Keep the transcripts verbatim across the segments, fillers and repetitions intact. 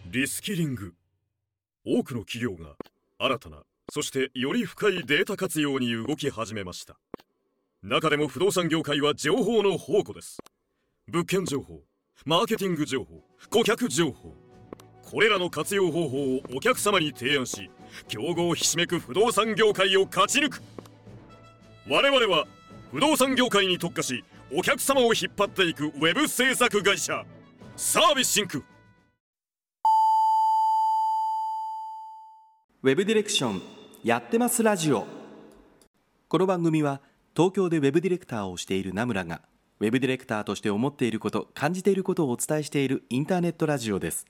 リスキリング。多くの企業が新たな、そしてより深いデータ活用に動き始めました。中でも不動産業界は情報の宝庫です。物件情報、マーケティング情報、顧客情報、これらの活用方法をお客様に提案し、競合ひしめく不動産業界を勝ち抜く。我々は不動産業界に特化し、お客様を引っ張っていくウェブ制作会社サービスシンク。 ウェブディレクションやってますラジオ。この番組は東京でウェブディレクターをしている名村がウェブディレクターとして思っていること、感じていることをお伝えしているインターネットラジオです。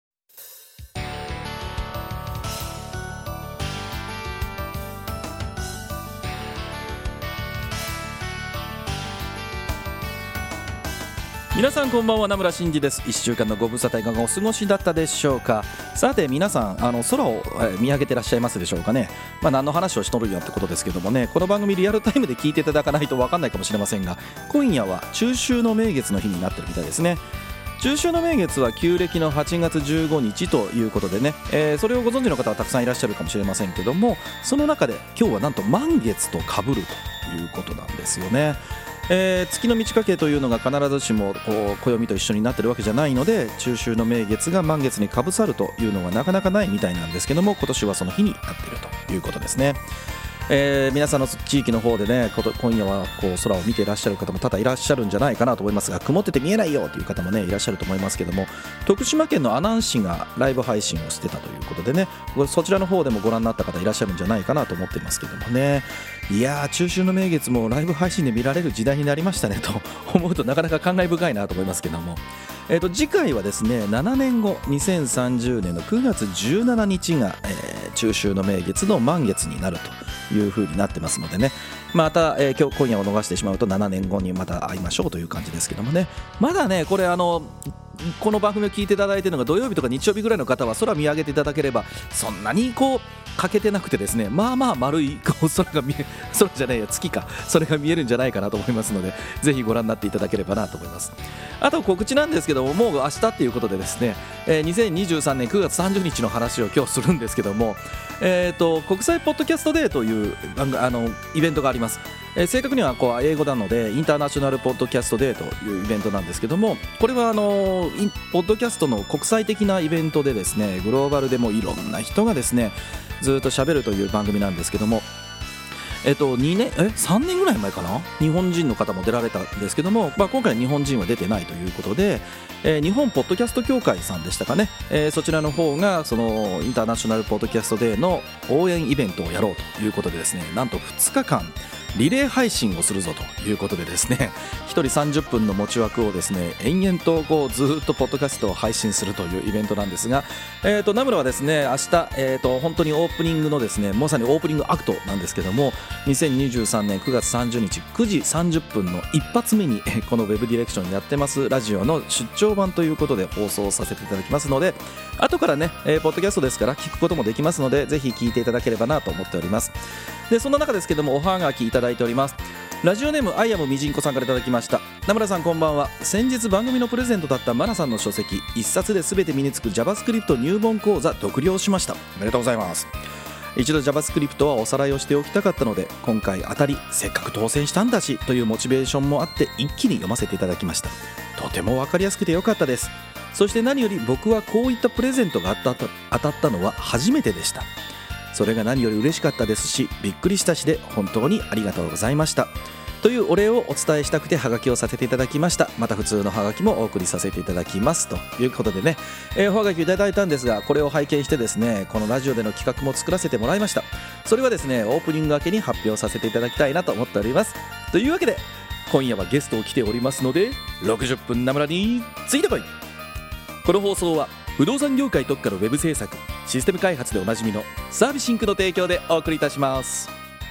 皆さんこんばんは、名村真司です。いっしゅうかんのご無沙汰いかがお過ごしだったでしょうか。さて皆さん、あの空を見上げてらっしゃいますでしょうかね。まあ、何の話をしとるんやってことですけどもね、この番組リアルタイムで聞いていただかないと分かんないかもしれませんが、今夜は中秋の名月の日になってるみたいですね。中秋の名月は旧暦のはちがつじゅうごにちということでね、えー、それをご存知の方はたくさんいらっしゃるかもしれませんけども、その中で今日はなんと満月と被るということなんですよね。えー、月の満ち欠けというのが必ずしもこう暦と一緒になってるわけじゃないので、中秋の名月が満月にかぶさるというのはなかなかないみたいなんですけども、今年はその日になっているということですね。えー、皆さんの地域の方でね、今夜はこう空を見ていらっしゃる方も多々いらっしゃるんじゃないかなと思いますが、曇ってて見えないよという方もねいらっしゃると思いますけども、徳島県の阿南市がライブ配信をしてたということでね、そちらの方でもご覧になった方いらっしゃるんじゃないかなと思っていますけどもね。いやー、中秋の名月もライブ配信で見られる時代になりましたねと思うとなかなか感慨深いなと思いますけども、えー、と次回はですね、ななねんごにせんさんじゅうねんのくがつじゅうしちにちが、えー、中秋の名月の満月になるという風になってますのでね、また、えー、今日今夜を逃してしまうとななねんごにまた会いましょうという感じですけどもね。まだねこれあのこの番組を聞いていただいているのが土曜日とか日曜日ぐらいの方は空見上げていただければそんなにこう欠けてなくてですね、まあまあ丸いこう空が見え空じゃないや月か、それが見えるんじゃないかなと思いますので、ぜひご覧になっていただければなと思います。あと告知なんですけども、もう明日っていうことでですね、えー、にせんにじゅうさんねんくがつさんじゅうにちの話を今日するんですけども、えー、と国際ポッドキャストデーというあのイベントがあります。えー、正確にはこう英語なのでインターナショナルポッドキャストデーというイベントなんですけども、これはあのポッドキャストの国際的なイベントでですね、グローバルでもいろんな人がですねずっと喋るという番組なんですけども、えっと、にねんえさんねんぐらい前かな、日本人の方も出られたんですけども、まあ、今回日本人は出てないということで、えー、日本ポッドキャスト協会さんでしたかね、えー、そちらの方がそのインターナショナルポッドキャストデーの応援イベントをやろうということでですね、なんとふつかかんリレー配信をするぞということでですね、ひとりさんじゅっぷんの持ち枠をですね延々とこうずっとポッドキャストを配信するというイベントなんですが、えー、と名村はですね明日、えー、と本当にオープニングのですねまさにオープニングアクトなんですけども、にせんにじゅうさんねんくがつさんじゅうにちくじさんじゅっぷんの一発目にこのウェブディレクションやってますラジオの出張版ということで放送させていただきますので、後からね、えー、ポッドキャストですから聞くこともできますので、ぜひ聞いていただければなと思っております。でそんな中ですけども、おはがきいただいております。ラジオネームアイアムみじんこさんからいただきました。名村さんこんばんは。先日番組のプレゼントだったマナさんの書籍一冊で全て身につく JavaScript 入門講座読了しました。おめでとうございます。一度 JavaScript はおさらいをしておきたかったので、今回当たりせっかく当選したんだしというモチベーションもあって一気に読ませていただきました。とても分かりやすくてよかったです。そして何より僕はこういったプレゼントが当たった、当たったのは初めてでした。それが何より嬉しかったですし、びっくりしたしで本当にありがとうございましたというお礼をお伝えしたくてハガキをさせていただきました。また普通のハガキもお送りさせていただきますということでね、えー、おハガキをいただいたんですが、これを拝見してですね、このラジオでの企画も作らせてもらいました。それはですねオープニング明けに発表させていただきたいなと思っております。というわけで今夜はゲストを来ておりますので、ろくじゅっぷん名村についてこい。この放送は不動産業界特化のウェブ制作システム開発でおなじみのサービスシンクの提供でお送りいたします。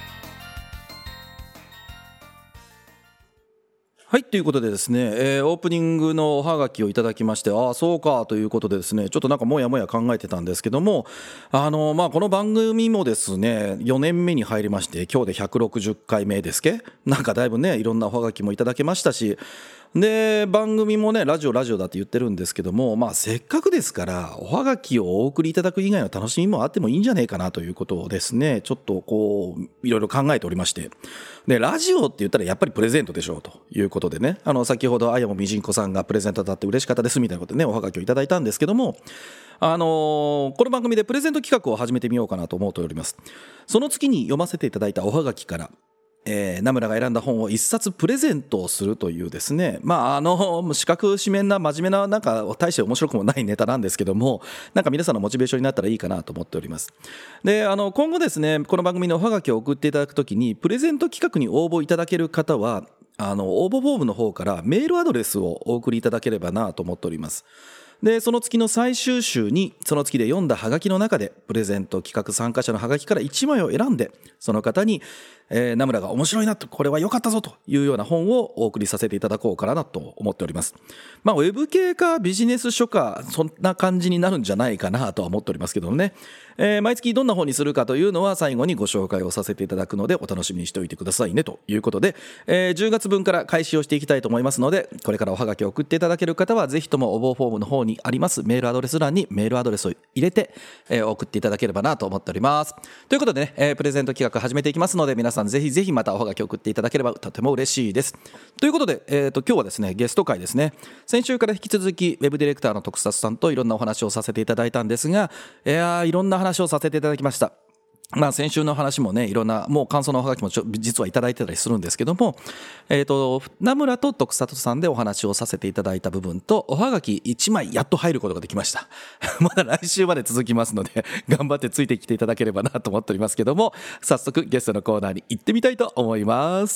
はい、ということでですね、えー、オープニングのおはがきをいただきまして、ああそうかということでですね、ちょっとなんかもやもや考えてたんですけども、あのまあこの番組もですねよねんめに入りまして、今日でひゃくろくじゅっかいめですけ、なんかだいぶねいろんなおはがきもいただけましたし、 で番組もねラジオラジオだって言ってるんですけども、まあ、せっかくですからおはがきをお送りいただく以外の楽しみもあってもいいんじゃねえかなということをですねちょっとこういろいろ考えておりまして、でラジオって言ったらやっぱりプレゼントでしょうということでね、あの先ほどあやもみじんこさんがプレゼントだって嬉しかったですみたいなことでねおはがきをいただいたんですけども、あのー、この番組でプレゼント企画を始めてみようかなと思っております。その月に読ませていただいたおはがきからえー、名村が選んだ本を一冊プレゼントをするというですね、まああの四角四面な真面目ななんか大して面白くもないネタなんですけども、なんか皆さんのモチベーションになったらいいかなと思っております。であの今後ですねこの番組のおはがきを送っていただくときにプレゼント企画に応募いただける方はあの応募フォームの方からメールアドレスをお送りいただければなと思っております。でその月の最終週にその月で読んだハガキの中でプレゼント企画参加者のハガキからいちまいを選んでその方に、えー、名村が面白いなとこれは良かったぞというような本をお送りさせていただこうかなと思っております。まあウェブ系かビジネス書かそんな感じになるんじゃないかなとは思っておりますけどもね、えー、毎月どんな本にするかというのは最後にご紹介をさせていただくのでお楽しみにしておいてくださいねということで、えー、じゅうがつぶんから開始をしていきたいと思いますので、これからおはがきを送っていただける方はぜひとも応募フォームの方にありますメールアドレス欄にメールアドレスを入れて、えー、送っていただければなと思っております。ということでね、えー、プレゼント企画始めていきますので皆さんぜひぜひまたおはがきを送っていただければとても嬉しいです。ということで、えー、と今日はですねゲスト会ですね。先週から引き続きウェブディレクターの徳里さんといろんなお話をさせていただいたんですが、いやいろんな話をさせていただきました。まあ、先週の話もねいろんなもう感想のおはがきもちょ実はいただいてたりするんですけども、えー、と名村と徳里さんでお話をさせていただいた部分とおはがきいちまいやっと入ることができましたまだ来週まで続きますので頑張ってついてきていただければなと思っておりますけども、早速ゲストのコーナーに行ってみたいと思います。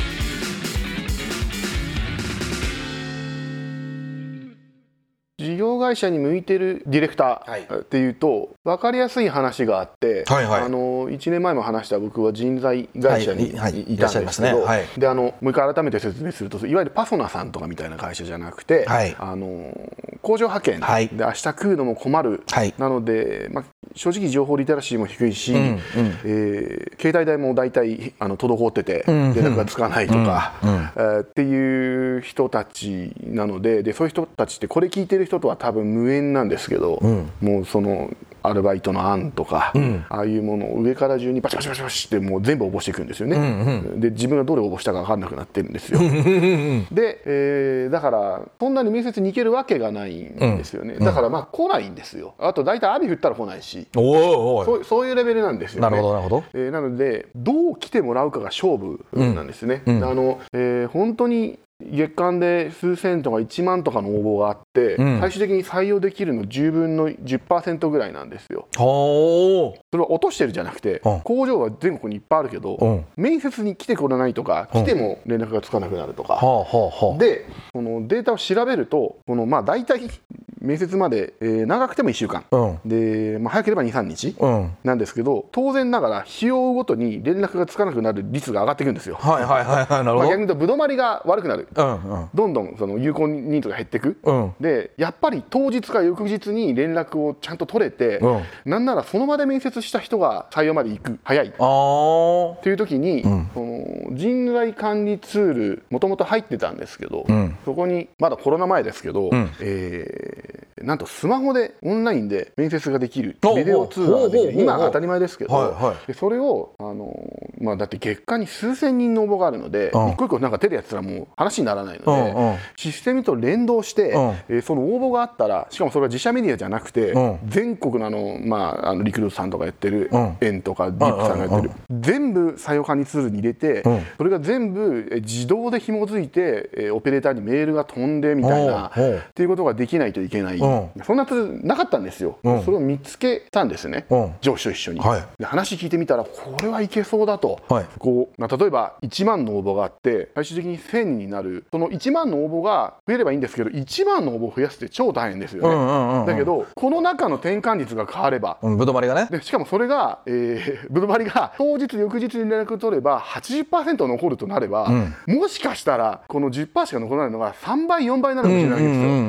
事業会社に向いてるディレクターっていうと分かりやすい話があって、はいはい、あのいちねんまえも話した僕は人材会社にいたんですけど、であのもう一回改めて説明するといわゆるパソナさんとかみたいな会社じゃなくて、はい、あの工場派遣、はい、で明日食うのも困る、はい、なので、まあ、正直情報リテラシーも低いし、うんうんえー、携帯代も大体あの滞ってて連絡がつかないとか、うんうんえー、っていう人たちなので、でそういう人たちってこれ聞いてる人とは多分無縁なんですけど、うん、もうそのアルバイトの案とか、うん、ああいうものを上から順にバシバシバシバシってもう全部応募していくんですよね、うんうん、で自分がどれ応募したか分かんなくなってるんですよで、えー、だからそんなに面接に行けるわけがないんですよね、うん、だからまあ来ないんですよ。あと大体アビ振ったら来ないし、おいおいそう、そういうレベルなんですよね。なるほどなるほど、えー、なのでどう来てもらうかが勝負なんですね、うんうん、あの、えー、本当に月間で数千とかいちまんとかの応募があって、うん、最終的に採用できるのじゅうぶんの じゅっパーセント ぐらいなんですよ。それは落としてるじゃなくて、うん、工場は全国にいっぱいあるけど、うん、面接に来てくれないとか、来ても連絡がつかなくなるとか、うん、でこのデータを調べるとこのまあ大体面接まで、えー、長くてもいっしゅうかん、うん、で、まあ、早ければ にさんにち、うん、なんですけど、当然ながら日を追うごとに連絡がつかなくなる率が上がっていくんですよ。はいはいはいはい、なるほど。まあ、逆に言うとぶどまりが悪くなる、うんうん、どんどんその有効人数が減っていく、うん、でやっぱり当日か翌日に連絡をちゃんと取れて、うん、なんならその場で面接した人が採用まで行く早いっていう時に、うん、その人材管理ツールもともと入ってたんですけど、うん、そこにまだコロナ前ですけど、うん、えー、なんとスマホでオンラインで面接ができる、ビデオ通話ができる、今は当たり前ですけど、はいはい、でそれをあの、まあ、だって月間に数千人の応募があるので、うん、一個一個なんか手でやってたらもう話にならないので、うんうん、システムと連動して、うんえー、その応募があったら、しかもそれは自社メディアじゃなくて、うん、全国のあの、まあ、あのリクルートさんとかやってる、うん、エンとかディップさんがやってる、うん、全部採用管理ツールに入れて、うん、それが全部自動で紐づいて、えー、オペレーターにメールが飛んでみたいな、うん、っていうことができないといけない、うん、そんなツールなかったんですよ、うん、それを見つけたんですね、うん、上司と一緒に、はい、で話聞いてみたらこれはいけそうだと、はい、こうまあ、例えばいちまんの応募があって最終的にせんにんになる、そのいちまんの応募が増えればいいんですけど、いちまんの応募を増やすって超大変ですよね、うんうんうん、だけどこの中の転換率が変われば、うん、ぶどまりがね、でしかもそれが、えー、ぶどまりが当日翌日に連絡取れば はちじゅっパーセント 残るとなれば、うん、もしかしたらこの じゅっパーセント しか残らないのがさんばいよんばいになるかもしれないんですよ、うんうんうん、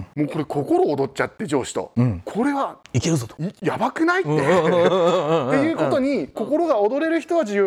もうこれ心躍っちゃって上司と、うん、これはいけるぞと、やばくないってっていうことに心が躍れる人は事業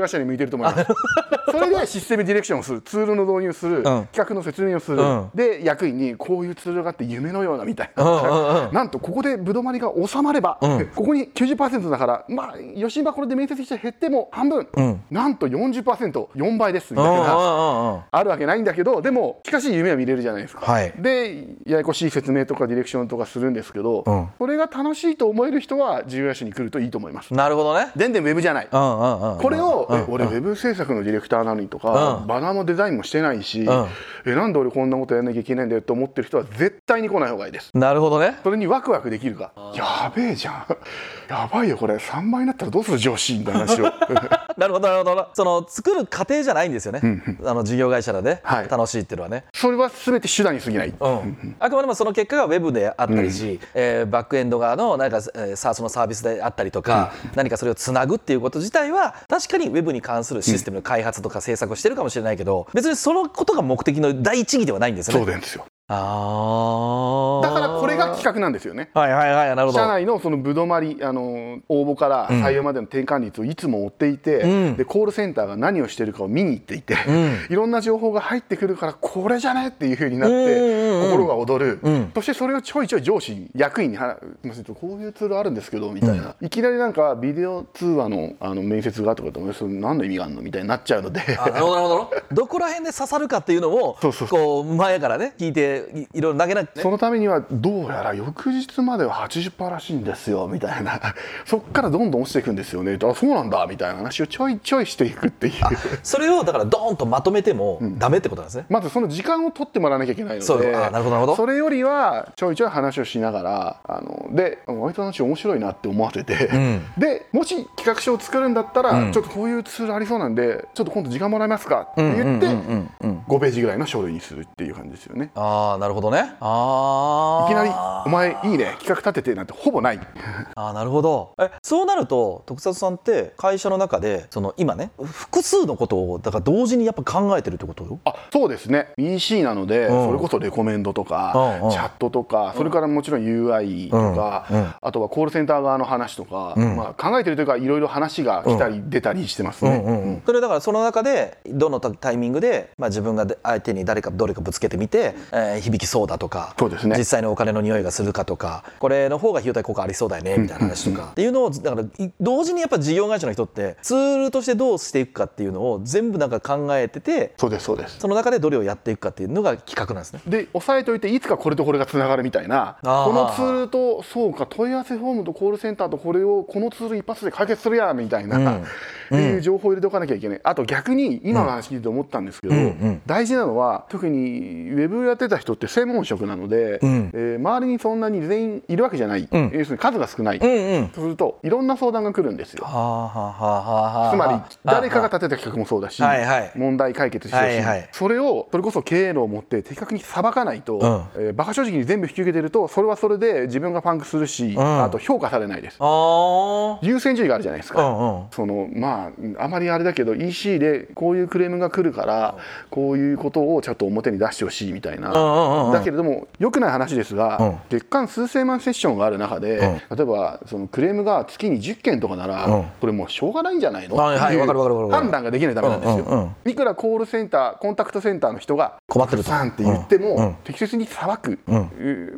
会社に向いてると思いますそれでシステムディレクションをする、ツールの導入する、うん、企画の説明をする、うん、で役員にこういうツールがあって夢のようなみたいな、うんうんうん、なんとここでぶどまりが収まれば、うん、ここに きゅうじゅっパーセント だからまあ吉井はこれで面接して減っても半分、うん、なんと よんじゅっパーセント、よんばいですみたいなあるわけないんだけど、でもしかし夢は見れるじゃないですか、はい、でややこしい説明とかディレクションとかするんですけど、うん、それが楽しいと思える人は事業会社に来るといいと思います。 なるほどね。 全然ウェブじゃない、うんうんうんうん、これを、うんうん、俺ウェブ制作のディレクターなのにとか、うん、バナーのデザインもしてないし、うん、えなんで俺こんなことやらなきゃいけないんだよと思ってる人は絶対に来ない方がいいです。 なるほどね。 それにワクワクできるか、やべえじゃんやばいよこれさんばいになったらどうする上司みたいな話をなるほどなるほど。その作る過程じゃないんですよね、うんうん、あの事業会社で、はい、楽しいっていうのはね、 それは全て手段に過ぎない、うん、 あくまでもその結果がウェブであったりし、うんえー、バックエンド側の何か、えー、SaaS のサービスであったりとか、うん、何かそれをつなぐっていうこと自体は確かにウェブに関するシステムの開発とか制作をしてるかもしれないけど、別にそのことが目的の第一義ではないんですよね。 そうなんですよ。 あだからこれが企画なんですよね。 はいはいはい、なるほど。 社内のそのぶどまりあの応募から採用までの転換率をいつも追っていて、うん、でコールセンターが何をしてるかを見に行っていて、うん、いろんな情報が入ってくるからこれじゃねっていう風になって心が躍る、うん、そしてそれをちょいちょい上司に役員に話すとこういうツールあるんですけどみたいな、うん、いきなりなんかビデオ通話 の, あの面接がとかってそれ何の意味があるのみたいになっちゃうのであなるほどなるほどどこら辺で刺さるかっていうのをそうそうそうこう前からね聞いて い, いろいろ投げなきゃ、ね、 そのためにはどうやら翌日までは はちじゅっパーセント らしいんですよみたいなそっからどんどん落ちていくんですよね、あそうなんだみたいな話をちょいちょいしていくっていうそれをだからドーンとまとめてもダメってことなんですね、 うん、まずその時間を取ってもらわなきゃいけないので、 そうあなるほどなるほど。 それよりはちょいちょい話をしながらあので割と話面白いなって思わせて、うん、でもし企画書を作るんだったら、うん、ちょっとこういうツールありそうなんでちょっと今度時間もらえますかって言ってごページぐらいの書類にするっていう感じですよね。 ああなるほどね。あいきなりお前いいね企画立ててなんてほぼないああなるほど。えそうなると徳里さんって会社の中でその今ね複数のことをだから同時にやっぱ考えてるってことよ。 あそうですね イーシー なので、うん、それこそレコメンドとか、うんうん、チャットとかそれからもちろん ユーアイ とか、うんうん、あとはコールセンター側の話とか、うんまあ、考えてるというかいろいろ話が来たり出たりしてますね、うんうんうん、 それだからその中でどのタイミングで、まあ、自分が相手に誰かどれかぶつけてみて、えー、響きそうだとかそうですね、 実際のお金の匂いがするかとかこれの方が費用対効果ありそうだよねみたいな話とか、うんうんうん、っていうのをだから同時にやっぱ事業会社の人ってツールとしてどうしていくかっていうのを全部なんか考えててそうですそうですその中でどれをやっていくかっていうのが企画なんですね。 で押さえておいていつかこれとこれがつながるみたいなこのツールとそうか問い合わせフォームとコールセンターとこれをこのツール一発で解決するやみたいな、うん、っていう情報を入れておかなきゃいけない。あと逆に今の話聞いて思ったんですけど、うんうん、大事なのは特にウェブやってた人って専門職なので、うんえー、周りにそんなに全員いるわけじゃない、うん、要するに数が少ない、うんうん、そうするといろんな相談が来るんですよ。はあはあはあ、つまり誰かが立てた企画もそうだし、はいはい、問題解決してほしい、はいはい、それをそれこそ経営論を持って的確に裁かないと、うんえー、バカ正直に全部引き受けてるとそれはそれで自分がパンクするし、うん、あと評価されないです。あ優先順位があるじゃないですか、うんうん、そのまああまりあれだけど イーシー でこういうクレームが来るからこういうことをちょっと表に出してほしいみたいな、うんうん、だけれども良くない話ですが、うん、月間数千万セッションがある中で、うん、例えばそのクレームが月にじゅっけんとかなら、うん、これもうしょうがないんじゃないの、はいはい、っていう判断ができないとダメなんですよ、うんうんうん、いくらコールセンターコンタクトセンターの人が困ってるとさんって言っても、うん、適切に裁く、うん、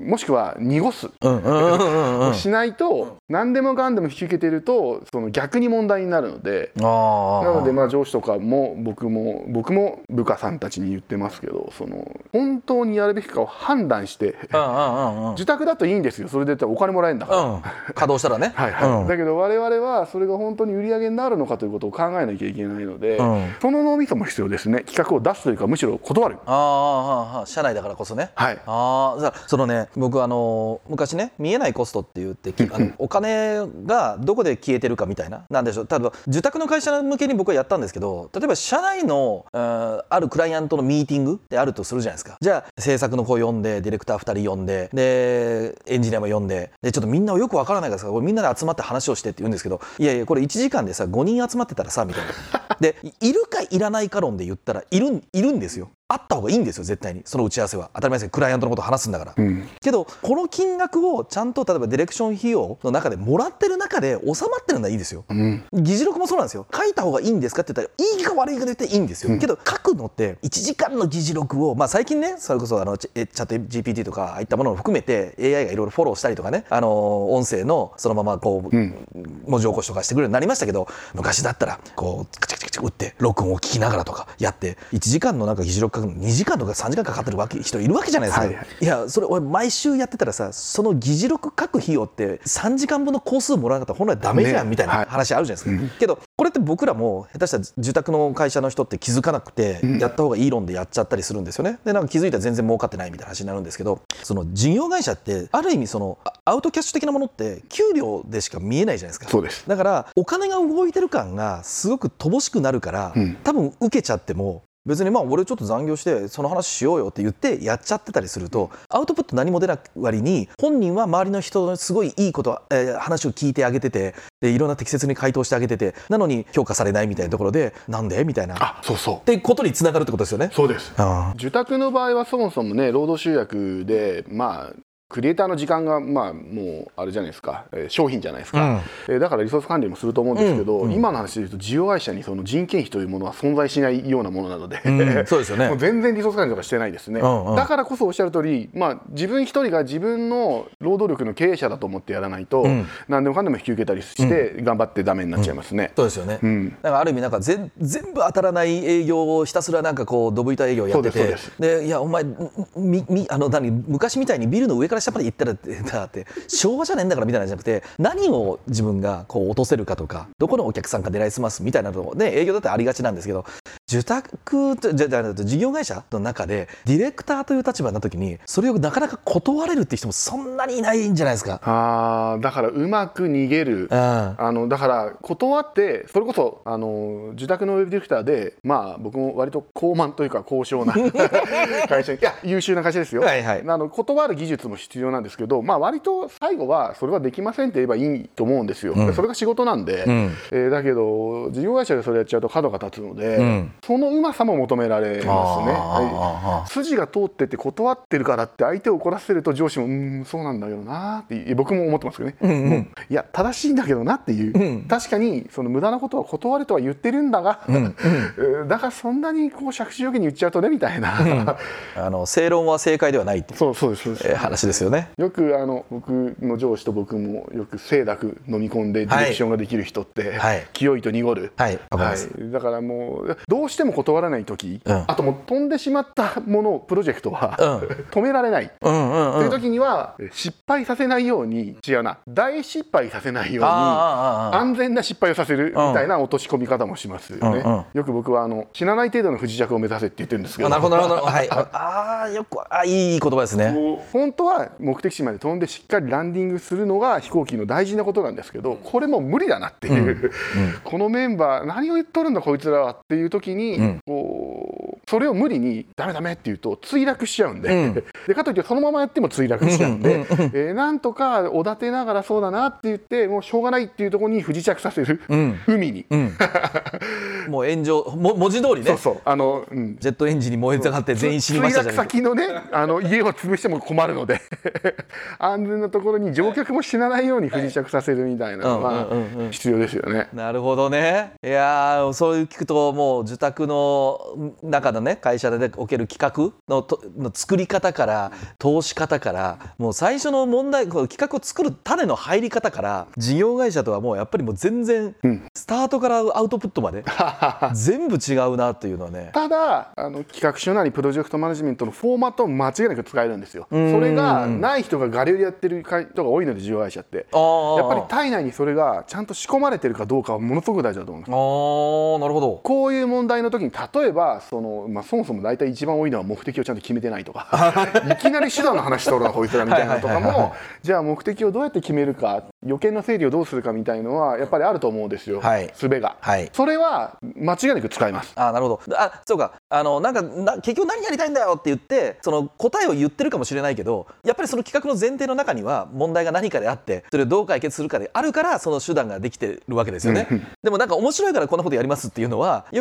もしくは濁す、うんうんうん、しないと何でもかんでも引き受けているとその逆に問題になるので、あなのでまあ上司とかも僕も僕も部下さんたちに言ってますけど、その本当にやるべきかを判断して自宅だといいんですよ、それで言ったらお金もらえるんだから、うん、 稼働したらねはい、はいうん、だけど我々はそれが本当に売り上げになるのかということを考えなきゃいけないので、うん、その脳みそも必要ですね。企画を出すというかむしろ断る。 ああ社内だからこそね、はい、あそのね僕あの昔ね見えないコストって言ってあのお金がどこで消えてるかみたいななんでしょう、例えば受託の会社向けに僕はやったんですけど、例えば社内の、うん、あるクライアントのミーティングってあるとするじゃないですか。じゃあ制作の子呼んでディレクターふたり呼んででエンジニアも呼んででちょっとみんなよくわからないからこれみんなで集まって話をしてって言うんですけど、いやいやこれいちじかんでさごにん集まってたらさみたいなでいるかいらないか論で言ったらいるいるんですよ。 あった方がいいんですよ、絶対に。その打ち合わせは当たり前ですけど、クライアントのことを話すんだから、うん、けどこの金額をちゃんと例えばディレクション費用の中でもらってる中で収まってるのはいいですよ、うん、議事録もそうなんですよ。書いた方がいいんですかって言ったらいいか悪いかで言っていいんですよ、うん、けど書くのっていちじかんの議事録を、まあ、最近ねそれこそあのチャット ジーピーティー とかああいったものを含めて エーアイ がいろいろフォローしたりとかね、あの音声のそのままこう、うん、文字起こしとかしてくれるようになりましたけど、昔だったらこうカチャカチャカチャ打って録音を聞きながらとかやっていちじかんのなんか議事録書くのにじかんとかさんじかんかかってるわけ人いるわけじゃないですか、はいはい、いやそれ俺毎週やってたらさ、その議事録書く費用ってさんじかんぶんの工数もらわなかったら本来ダメじゃん、ね、みたいな話あるじゃないですか、はい、けどこれって僕らも下手したら受託の会社の人って気づかなくて、うん、やった方がいい論でやっちゃったりするんですよね。でなんか気づいたら全然儲かってないみたいな話になるんですけど、その事業会社ってある意味そのアウトキャッシュ的なものって給料でしか見えないじゃないですか。 そうです。 だからお金が動いてる感がすごく乏しくなるから、うん、多分受けちゃっても別にまあ俺ちょっと残業してその話しようよって言ってやっちゃってたりすると、アウトプット何も出ない割に本人は周りの人のすごいいいこと、えー、話を聞いてあげてて、でいろんな適切に回答してあげてて、なのに評価されないみたいなところでなんでみたいな、 あそうそうってことにつながるってことですよね。 そうです。受託の場合はそもそもね労働集約でまあクリエイターの時間がまあもうあれじゃないですか、えー、商品じゃないですか、うん、えー、だからリソース管理もすると思うんですけど、うんうん、今の話でいうと事業会社にその人件費というものは存在しないようなものなので、うん、そうですよねもう全然リソース管理とかしてないですね、うんうん、だからこそおっしゃる通り、まあ、自分一人が自分の労働力の経営者だと思ってやらないと、うん、何でもかんでも引き受けたりして頑張ってダメになっちゃいますね、 うんうん、そうですよね、うん、だからある意味なんか全部当たらない営業をひたすらなんかこうドブ板営業やってて、でいやお前みみあの何昔みたいにビルの上から下まで行ったらってだって昭和じゃねえんだからみたいなんじゃなくて、何を自分がこう落とせるかとか、どこのお客さんか狙いすますみたいなので営業だってありがちなんですけど、受託じゃじゃ事業会社の中でディレクターという立場の時にそれをなかなか断れるっていう人もそんなにいないんじゃないですか。 あだからうまく逃げる、あのだから断って、それこそあの受託のウェブディレクターでまあ僕も割と高慢というか高尚な会社にいや優秀な会社ですよ、はいはい、あの断る技術も必要なんですけど、まあ、割と最後はそれはできませんって言えばいいと思うんですよ、うん、それが仕事なんで、うん、えー、だけど事業会社でそれやっちゃうと角が立つので、うん、そのうまさも求められますね、はい、筋が通ってて断ってるからって相手を怒らせると上司もうーんそうなんだけどなって僕も思ってますけどね、うんうん、いや正しいんだけどなっていう、うん、確かにその無駄なことは断れとは言ってるんだが、うんうん、だからそんなにこう杓子定規に言っちゃうとねみたいな、うん、 あの正論は正解ではないっていう、 そうそうです、そうです、 えー、話ですよね。 よくあの僕の上司と僕もよく清濁飲み込んでディレクションができる人って、はい、清いと濁る、はいはい、だからもうどうしても断らない時、うん、あともう飛んでしまったものプロジェクトは、うん、止められない、うんうんうん、という時には失敗させないように、違うな大失敗させないように安全な失敗をさせるみたいな落とし込み方もしますよね、うんうん、よく僕はあの死なない程度の不時着を目指せって言ってるんですけど、 なるほどなるほど、はい、ああよくあいい言葉ですね。 本当は目的地まで飛んでしっかりランディングするのが飛行機の大事なことなんですけど、これも無理だなっていう、うんうん、このメンバー何を言っとるんだこいつらはっていう時に、うん、こうそれを無理にダメダメって言うと墜落しちゃうんで、うん、でかといってそのままやっても墜落しちゃうんで、うんうんうん、えー、なんとかおだてながらそうだなって言ってもうしょうがないっていうところに不時着させる、うん、海に、うん、 もう炎上も文字通りね、 そうそうあの、うん、 ジェットエンジンに燃え上がって全員死にましたじゃないですか。 墜落先のねあの家を潰しても困るので安全なところに乗客も死なないように不時着させるみたいなのは必要ですよね。 なるほどね。いやそういう聞くともう受託の中のね会社でおける企画 の, との作り方から投資方からもう最初の問題企画を作る種の入り方から事業会社とはもうやっぱりもう全然スタートからアウトプットまで全部違うなっていうのはね。 ただあの企画書なりプロジェクトマネジメントのフォーマットを間違いなく使えるんですよ。それがない人が我流でやってる人が多いので事業会社ってやっぱり体内にそれがちゃんと仕込まれてるかどうかはものすごく大事だと思います。 あ、なるほど。 こういう問題の時に例えばその、まあ、そもそも大体一番多いのは目的をちゃんと決めてないとかいきなり手段の話しとるなこいつらみたいなとかもじゃあ目的をどうやって決めるか予見の整理をどうするかみたいのはやっぱりあると思うんですよ、はい、術が、はい、それは間違いなく使えます。 あ、なるほど。あ、そうか、あのなんかな結局何やりたいんだよって言ってその答えを言ってるかもしれないけどやっぱりその企画の前提の中には問題が何かであってそれをどう解決するかであるからその手段ができてるわけですよねでもなんか面白いからこんなことやりますっていうのはよくあの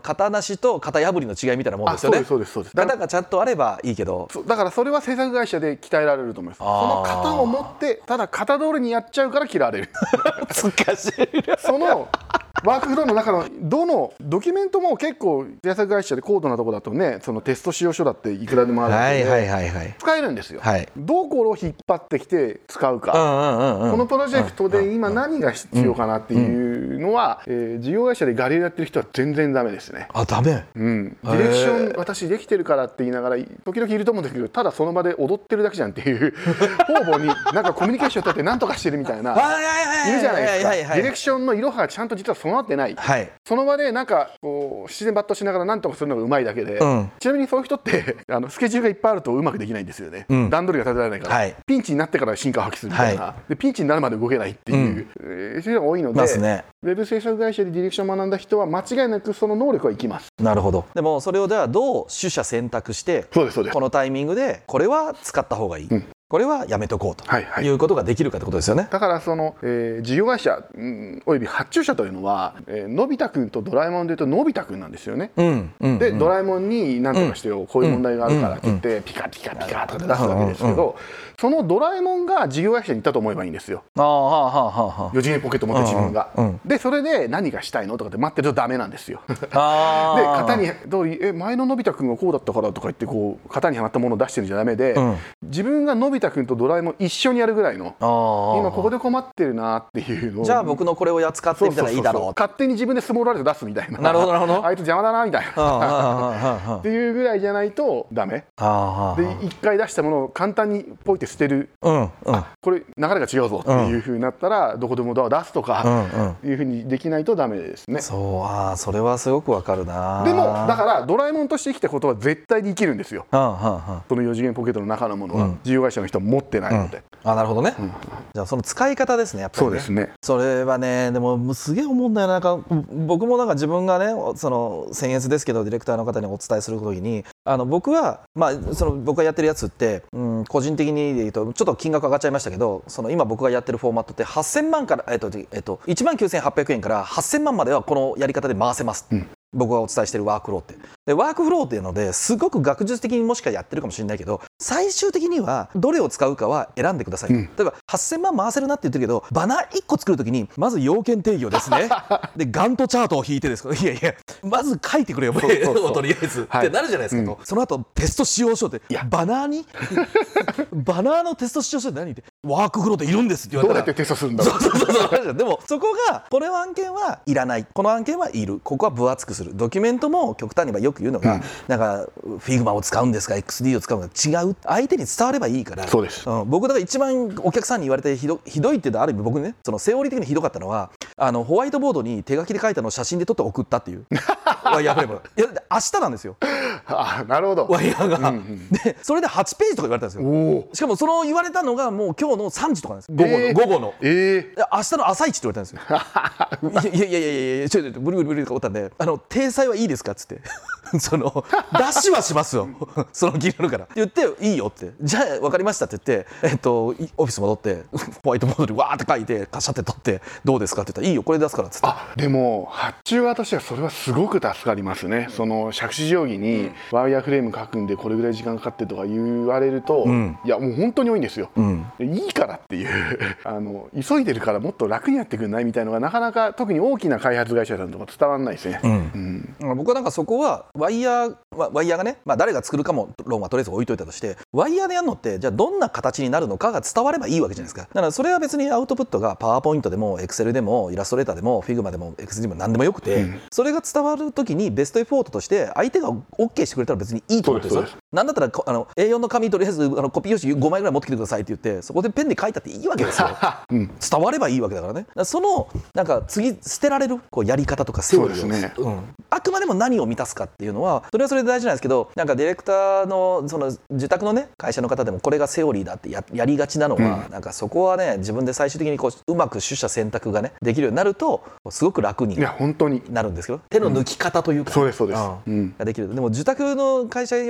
型なしと型破りの違いみたいなもんですよね。 そうですそうですそうです。 型がちゃんとあればいいけど、 だからそれは制作会社で鍛えられると思います。その型を持ってただ型通りにやっちゃうから嫌われる難しいそのワークフローの中のどのドキュメントも結構制作会社で高度なところだとね、そのテスト使用書だっていくらでもあるので、はいはいはいはい、使えるんですよ、はい、どこを引っ張ってきて使うか、うんうんうんうん、このプロジェクトで今何が必要かなっていうのは、うんうんえー、事業会社でガリレオやってる人は全然ダメですね。 あ、ダメ、 うん、ディレクション私できてるからって言いながら時々いると思うんですけど、ただその場で踊ってるだけじゃんっていう方々になんかコミュニケーション取って何とかしてるみたいないるじゃないですか。ディレクションのいろはがちゃんと実は備わってない、はい、その場でなんかこう自然抜刀しながら何とかするのがうまいだけで、うん、ちなみにそういう人ってあのスケジュールがいっぱいあるとうまくできないんですよね、うん、段取りが立てられないから、はい、ピンチになってから進化を発揮するみたいな、はい、でピンチになるまで動けないっていう、うんえー、そういうのが多いので、ね、ウェブ制作会社でディレクションを学んだ人は間違いなくその能力はいきます。 なるほど。でもそれをではどう取捨選択してそうですそうですこのタイミングでこれは使った方がいい、うんこれはやめとこうということができるかってことですよね、はいはい、だからその、えー、事業会社、うん、および発注者というのは、えー、のび太くんとドラえもんでいうとのび太くんなんですよね、うんうん、でドラえもんに何とかしてよ、うん、こういう問題があるからって言って、うん、ピカピカピカとか出すわけですけど、うんうん、そのドラえもんが事業会社に行ったと思えばいいんですよ。ああはあはあはあよ次元ポケット持って自分が、うんうん、でそれで何がしたいのとかって待ってるとダメなんですよあで型にどうえ前ののび太くんがこうだったからとか言ってこう型にはまったものを出してるんじゃダメで、うん、自分がのび太くんとドラえもん一緒にやるぐらいの今ここで困ってるなっていうのをじゃあ僕のこれをや使ってみたらいいだろう勝手に自分でスモールライト出すみたいななるほどなるほどあいつ邪魔だなみたいなっていうぐらいじゃないとダメで一回出したものを簡単にポイって捨てる、うんうん、これ流れが違うぞっていう風になったら、うん、どこでもドア出すとかいう風にできないとダメですね。 そうあそれはすごくわかるな。 でもだからドラえもんとして生きたことは絶対に生きるんですよ、うんうんうん、そのよ次元ポケットの中のものは、うん、事業会社の人は持ってないので、 うん、あなるほどね、うん、じゃあその使い方ですねやっぱりね。 そうですね。 それはねでもすげえ思うんだよなんか僕もなんか自分がねその僭越ですけどディレクターの方にお伝えするときにあの僕はまあその僕がやってるやつって、うん、個人的に言うとちょっと金額上がっちゃいましたけどその今僕がやってるフォーマットってはっせんまんからえっとえっといちまんきゅうせんはっぴゃくえんからはっせんまんまではこのやり方で回せます、うん僕がお伝えしているワークフローってでワークフローっていうのですごく学術的にもしかやってるかもしれないけど最終的にはどれを使うかは選んでください、うん、例えばはっせんまん回せるなって言ってるけどバナーいっこ作るときにまず要件定義をですねでガントチャートを引いてですいやいやまず書いてくれよとりあえず、はい、ってなるじゃないですか、うん、その後テスト使用書っていやバナーにバナーのテスト使用書って何ってワークフローでいるんですって言われたらどうやってテストするんだろうそうそうそうそうでもそこがこの案件はいらないこの案件はいるここは分厚くするドキュメントも極端にはよく言うのが、うん、なんか Figma を使うんですか エックスディー を使うんですか違う相手に伝わればいいからそうです、 うん、僕だから一番お客さんに言われてひど、ひどいっていうのはある意味僕ねそのセオリー的にひどかったのはあのホワイトボードに手書きで書いたのを写真で撮って送ったっていうワイヤーフレームいや明日なんですよあなるほどワイヤーが、うんうん、でそれではちページとか言われたんですよしかもその言われたのがもう今日のさんじとかなんです午後の、えー、午後の、えー、明日の朝一って言われたんですよいやいやいやいやいやちょっとブリブリブリとか思ったんであの体裁はいいですかっつってそのダッシュはしますよその気になるから言っていいよってじゃあ分かりましたって言って、えっと、オフィス戻ってホワイトボードにわーって書いてカシャって取ってどうですかって言ったらいいよこれ出すからっつってあでも発注側としてはそれはすごく助かりますね。その杓子定規にワイヤーフレーム書くんでこれぐらい時間かかってとか言われると、うん、いやもう本当に多いんですよ、うん、いいからっていうあの急いでるからもっと楽にやってくんないみたいなのがなかなか特に大きな開発会社さんとか伝わらないですね、うんうん、僕はなんかそこはワイヤーワイヤーがね、まあ、誰が作るかも論はとりあえず置いといたとしてワイヤーでやるのってじゃあどんな形になるのかが伝わればいいわけじゃないですか。だからそれは別にアウトプットがパワーポイントでもエクセルでもイラストレーターでもフィグマでもエクセルでも何でもよくて、うん、それが伝わるときにベストエフォートとして相手が OK してくれたら別にいいと思ってるんですよ。なんだったらあの エーよん の紙とりあえずあのコピー用紙ごまいぐらい持ってきてくださいって言ってそこでペンで書いたっていいわけですよ、うん、伝わればいいわけだからね。だからそのなんか次捨てられるこうやり方とかセオリーをそうですね、うん、あくまでも何を満たすかっていうのはそれはそれで大事なんですけどなんかディレクター の, その自宅のね会社の方でもこれがセオリーだって や, やりがちなのは、うん、なんかそこはね自分で最終的にこううまく取捨選択がねできるようになるとすごく楽になるんですけど手の抜き方というか、 うん、そうですそうです、 うん、ができる。でも自宅の会社よりも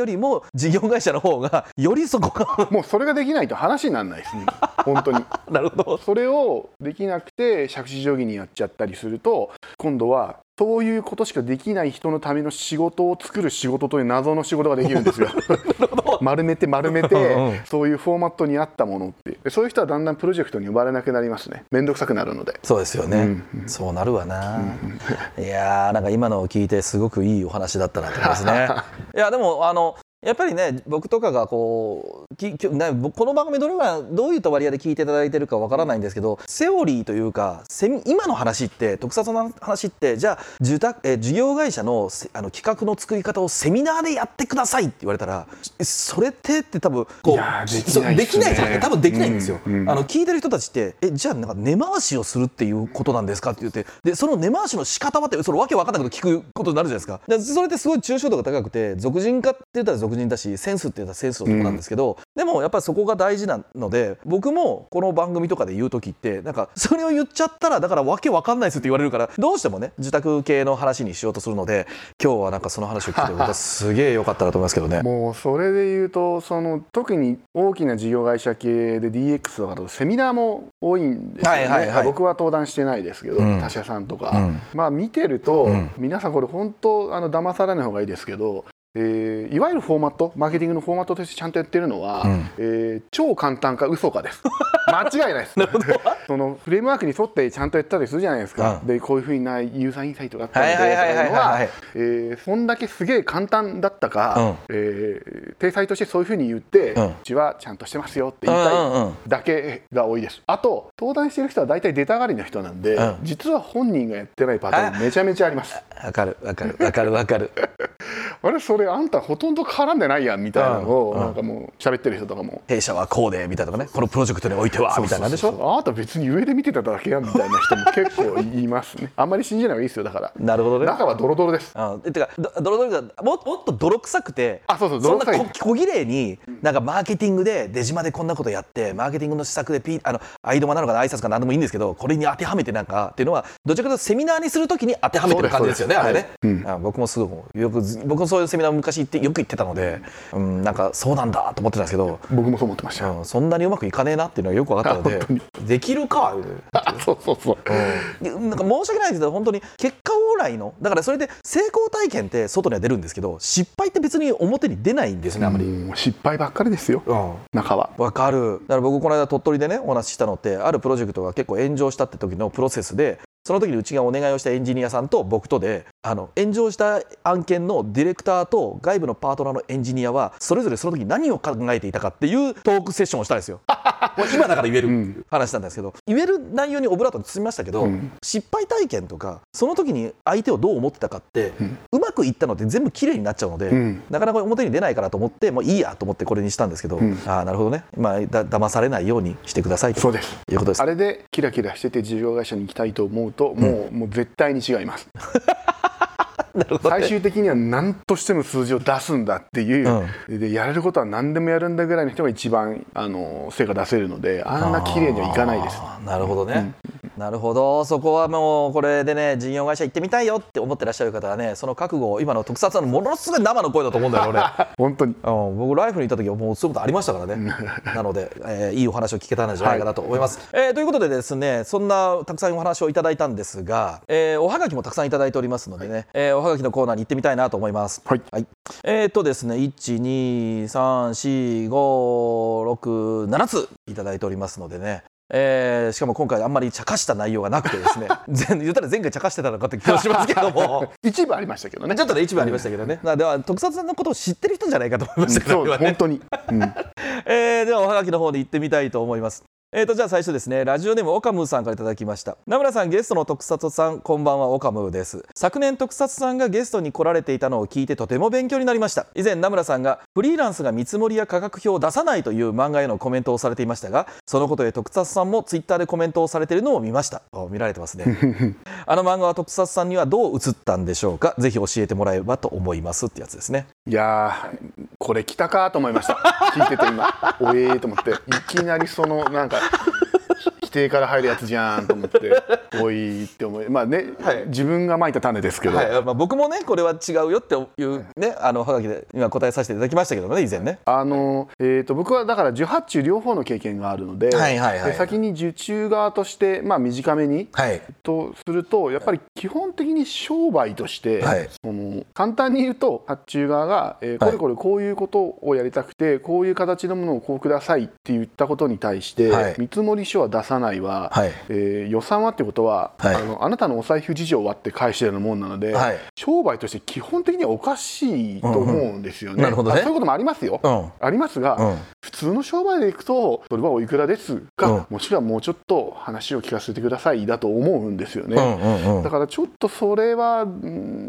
事業会社の方がよりそこがもうそれができないと話にならないですね本当になるほど。 それをできなくて杓子定規にやっちゃったりすると、今度はそういうことしかできない人のための仕事を作る仕事という謎の仕事ができるんですよ丸めて丸めてうん、そういうフォーマットに合ったものって、そういう人はだんだんプロジェクトに呼ばれなくなりますね。めんどくさくなるので。 そうですよね、うんうん、そうなるわな、うんうん、いやーなんか今のを聞いてすごくいいお話だったなと思いますねいやでもあのやっぱりね、僕とかがこうききね、この番組どれがどういった割合で聞いていただいてるかわからないんですけど、セオリーというかセミ今の話って特撮の話ってじゃあ受託え事業会社のあの企画の作り方をセミナーでやってくださいって言われたら、それってって多分こういやできないできないじゃん、多分できないんですよ、 うんうん、 あの聞いてる人たちってえじゃあなんか根回しをするっていうことなんですかって言って、でその根回しの仕方はってそれわけわかんないこと聞くことになるじゃないですか。でそれってすごい抽象度が高くて、俗人化って言ったら俗人だし、センスって言ったらセンスのとこなんですけど、うん、でもやっぱりそこが大事なので、僕もこの番組とかで言う時ってなんかそれを言っちゃったらだからわけわかんないですって言われるから、どうしてもね受託系の話にしようとするので、今日はなんかその話を聞いて僕はすげえ良かったなと思いますけどねもうそれで言うと、その特に大きな事業会社系で ディーエックス とかだとセミナーも多いんですよね、はいはいはい、僕は登壇してないですけど、うん、他社さんとか、うん、まあ見てると、うん、皆さんこれ本当あの騙されない方がいいですけど、えー、いわゆるフォーマット、マーケティングのフォーマットとしてちゃんとやってるのは、うんえー、超簡単か嘘かです間違いないですそのフレームワークに沿ってちゃんとやったりするじゃないですか、うん、でこういうふうなユーザーインサイトがあったのでというのはそんだけすげえ簡単だったか、うんえー、体裁としてそういうふうに言って、うん、うちはちゃんとしてますよって言いたいだけが多いです。あと登壇してる人は大体出たがりの人なんで、うん、実は本人がやってないパターンめちゃめちゃあります。 わかるわかるわかるわかるあれそれあんたほとんど絡んでないやんみたいなのをなんかもう喋ってる人とかも、 弊社はこうでみたいなとかね、このプロジェクトにおいてはみたいなでしょ。 あなた別に上で見てただけやんみたいな人も結構いますねあんまり信じない方がいいですよ。だからなるほどね、 中はドロドロです。 あてかドロドロがも, もっと泥臭くて、 あそうそう泥臭い、 そんな小綺麗になんかマーケティングで出島でこんなことやって、マーケティングの施策でピあのアイドマなのかな挨拶か何でもいいんですけど、これに当てはめてなんかっていうのはどちらかというとセミナーにするときに当てはめてる感じですよね、あれね、はいうん、あ僕もすごくよく僕もそういうセミナー昔行ってよく行ってたので、うん、なんかそうなんだと思ってたんですけど、 僕もそう思ってました、 うん、そんなにうまくいかねえなっていうのがよく分かったのでできるかそうそうそう、 うん、なんか申し訳ないですけど本当に結果往来のだからそれで成功体験って外には出るんですけど、失敗って別に表に出ないんですね、あんまり。 失敗ばっかりですよ、うん、中は。 わかる。だから僕この間鳥取でねお話ししたのって、あるプロジェクトが結構炎上したって時のプロセスで、その時にうちがお願いをしたエンジニアさんと僕とで、あの炎上した案件のディレクターと外部のパートナーのエンジニアはそれぞれその時何を考えていたかっていうトークセッションをしたんですよ今だから言える話なんですけど、言える内容にオブラートに包みましたけど、うん、失敗体験とかその時に相手をどう思ってたかって、うん、うまくいったのって全部綺麗になっちゃうので、うん、なかなか表に出ないからと思ってもういいやと思ってこれにしたんですけど、うん、ああなるほどね、まあ、だ騙されないようにしてくださいと。 そうですいうことです。 あれでキラキラしてて事業会社に行きたいと思うと、もう、うん、もう絶対に違いますなるほどね、最終的には何としても数字を出すんだっていう、うん、でやれることは何でもやるんだぐらいの人が一番あの成果出せるので、あんな綺麗にはいかないです。 なるほどね、うん、なるほど。そこはもうこれでね事業会社行ってみたいよって思ってらっしゃる方はね、その覚悟を今の特撮さんのものすごい生の声だと思うんだよ俺本当に、 うん、僕ライフにいた時はもうそういうことありましたからねなので、えー、いいお話を聞けたんじゃないかなと思います、はいえー、ということでですね、そんなたくさんお話をいただいたんですが、えー、おはがきもたくさんいただいておりますのでね、はいえー、おはがきのコーナーに行ってみたいなと思います。はい。はい、えー、っとですね、いち、に、さん、し、ご、ろく、ななついただいておりますのでね。えー、しかも今回あんまり茶化した内容がなくてですね言ったら前回茶化してたのかって気がしますけども一部ありましたけどね。 ちょっとね一部ありましたけどね、うん、では特撮さんのことを知ってる人じゃないかと思いましたけど、 うん、そう、ね、本当に、うんえー、ではおはがきの方に行ってみたいと思います。えーとじゃあ最初ですね、ラジオネームオカムーさんからいただきました。名村さん、ゲストの特撮さん、こんばんは。オカムーです。昨年特撮さんがゲストに来られていたのを聞いてとても勉強になりました。以前名村さんがフリーランスが見積もりや価格表を出さないという漫画へのコメントをされていましたが、そのことで特撮さんもツイッターでコメントをされているのを見ました。見られてますねあの漫画は特撮さんにはどう映ったんでしょうか。ぜひ教えてもらえればと思いますってやつですね。 いやーこれ来たかと思いました聞いてて今おえーと思って、いきなりそのなんか否定から入るやつじゃんと思っておいって思いまあね、はい、自分がまいた種ですけど、はい、 まあ、僕もねこれは違うよっていうねあのはがきで今答えさせていただきましたけどもね以前ねあの、えー、と僕はだから受発注両方の経験があるので、はいはいはい、先に受注側として、まあ、短めに、はい、とするとやっぱり基本的に商売として、はい、その簡単に言うと発注側が、えー、これこれこういうことをやりたくてこういう形のものをこうくださいって言ったことに対して、はい、見積書は出さないは、はい、えー、予算はってことは、はい、あのあなたのお財布事情はって返してるようなもんなので、はい、商売として基本的にはおかしいと思うんですよね。なるほどね。そういうこともありますよ、うん、ありますが、うん、普通の商売でいくとそれはおいくらですか、うん、もしくはもうちょっと話を聞かせてくださいだと思うんですよね、うんうんうん、だからちょっとそれは、うん、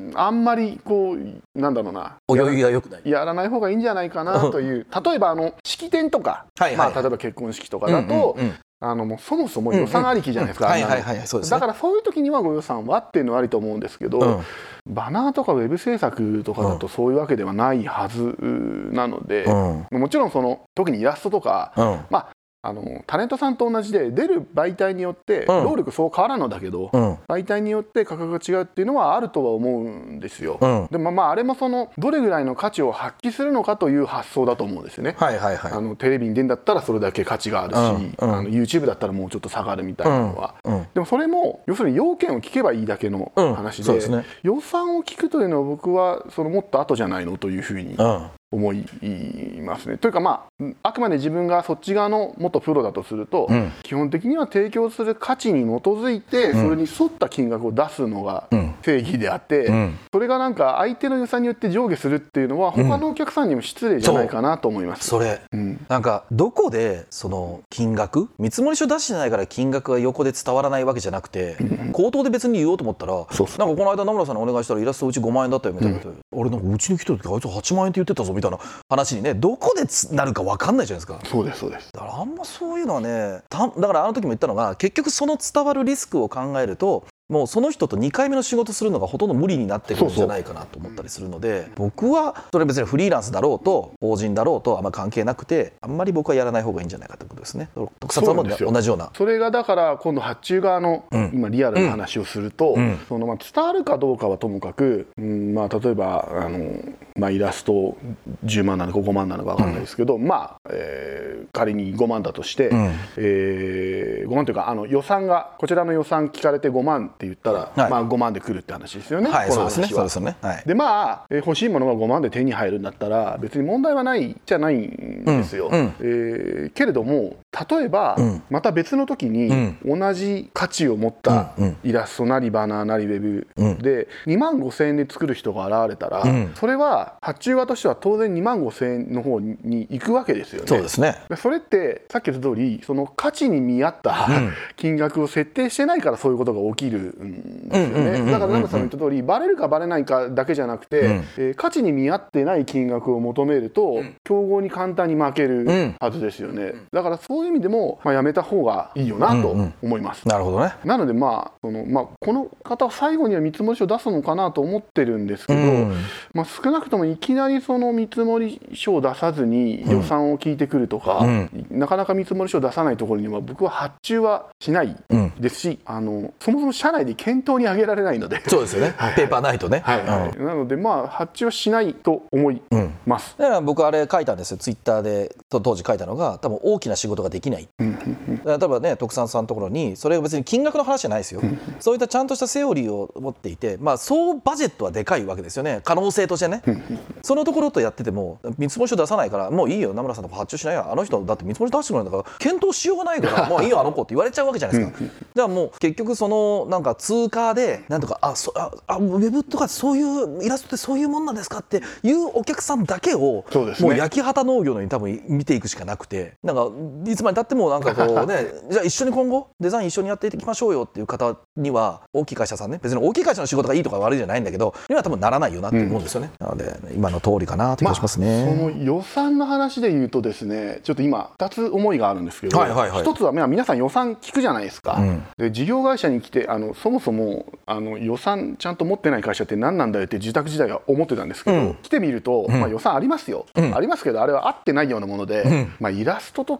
あんまりこうなんだろうなお余裕が良くないやらない方がいいんじゃないかなという例えばあの式典とか、はいはい、まあ、例えば結婚式とかだと、うんうんうん、あのもうそもそも予算ありきじゃないですか。だからそういう時にはご予算はっていうのはありと思うんですけど、うん、バナーとかウェブ制作とかだとそういうわけではないはずなので、うん、もちろんその特にイラストとか、うん、まああのタレントさんと同じで出る媒体によって労力そう変わらんのだけど、うん、媒体によって価格が違うっていうのはあるとは思うんですよ、うん、でもまああれもそのどれぐらいの価値を発揮するのかという発想だと思うんですよね、はいはいはい、あのテレビに出るんだったらそれだけ価値があるし、うんうん、あの YouTube だったらもうちょっと下がるみたいなのは、うんうん、でもそれも要するに要件を聞けばいいだけの話 で,、うんですね、予算を聞くというのは僕はそのもっと後じゃないのというふうに、うん思いますね。というかまああくまで自分がそっち側の元プロだとすると、うん、基本的には提供する価値に基づいて、うん、それに沿った金額を出すのが正義であって、うん、それがなんか相手の予算によって上下するっていうのは他のお客さんにも失礼じゃないかなと思います。 それ、うん、なんかどこでその金額見積書出してないから金額が横で伝わらないわけじゃなくて、うん、口頭で別に言おうと思ったらなんかこの間名村さんにお願いしたらイラストうちごまんえんだったよみたいな、うん、俺なんかうちに来た時あいつはちまんえんって言ってたぞみたいな話にねどこでなるか分かんないじゃないですか。 そうですそうです。 だからあんまそういうのはねただからあの時も言ったのが結局その伝わるリスクを考えるともうその人とにかいめの仕事するのがほとんど無理になってくるんじゃないかなと思ったりするので、そうそう僕はそれ別にフリーランスだろうと法人だろうとあんま関係なくてあんまり僕はやらない方がいいんじゃないかということですね。特撮はも同じようなそれがだから今度発注側の今リアルな話をすると、うん、そのまあ伝わるかどうかはともかく、うんまあ、例えばあの、まあ、イラストじゅうまんなのかごまんなのか分かんないですけど、うん、まあ、えー、仮にごまんだとして、うんえー、ごまんというかあの予算がこちらの予算聞かれてごまんって言ったら、はいまあ、ごまんで来るって話ですよね、はい、この話は。そうですね、そうですね、はい、でまあ、えー、欲しいものがごまんで手に入るんだったら別に問題はないじゃないんですよ、うんうんえー、けれども例えば、うん、また別の時に同じ価値を持ったイラストなりバナーなりウェブでにまんごせんえんで作る人が現れたら、うん、それは発注側としては当然にまんごせんえんの方に行くわけですよね。 そうですね。 それってさっき言った通りその価値に見合った金額を設定してないからそういうことが起きるんですよね。だからナムさんの言った通りバレるかバレないかだけじゃなくて、うんえー、価値に見合ってない金額を求めると競合に簡単に負けるはずですよね。だからそういう意味でも、まあ、やめた方がいいよなと思います、 うんうん、なるほどね。なので、まあそのまあ、この方は最後には見積書を出すのかなと思ってるんですけど、うんまあ、少なくともいきなりその見積書を出さずに予算を聞いてくるとか、うん、なかなか見積書を出さないところには僕は発注はしないですし、うん、あのそもそも社内で検討に挙げられないのでそうですよねペーパーないとね、 はいはいうん、なのでまあ発注はしないと思います、 うん、だから僕あれ書いたんですよツイッターで当時書いたのが多分大きな仕事ができない、うん、例えばね徳さんさんのところにそれは別に金額の話じゃないですよ、うん、そういったちゃんとしたセオリーを持っていてまあ総バジェットはでかいわけですよね可能性としてね、うん、そのところとやってても見積書出さないからもういいよ名村さんと発注しないよあの人だって見積書出してもらうんだから検討しようがないからもういいよあの子って言われちゃうわけじゃないですかだからもう結局そのなんか通貨でなんとかあそああウェブとかそういうイラストってそういうもんなんですかっていうお客さんだけをそうです、ね、もう焼き畑農業のように多分見ていくしかなくてなんかいつまでたってもなんかこうねじゃあ一緒に今後デザイン一緒にやっていきましょうよっていう方には大きい会社さんね別に大きい会社の仕事がいいとか悪いじゃないんだけどには多分ならないよなって思うんですよね、うん、なので今の通りかなという気がしますね、 まあ、その予算の話で言うとですねちょっと今ふたつ思いがあるんですけど、はいはいはい、ひとつは皆さん予算聞くじゃないですか、うん、で事業会社に来てあのそもそもあの予算ちゃんと持ってない会社って何なんだよって自宅時代は思ってたんですけど、うん、来てみると、うんまあ、予算ありますよ、うん、ありますけどあれは合ってないようなもので、うんまあ、イラストとか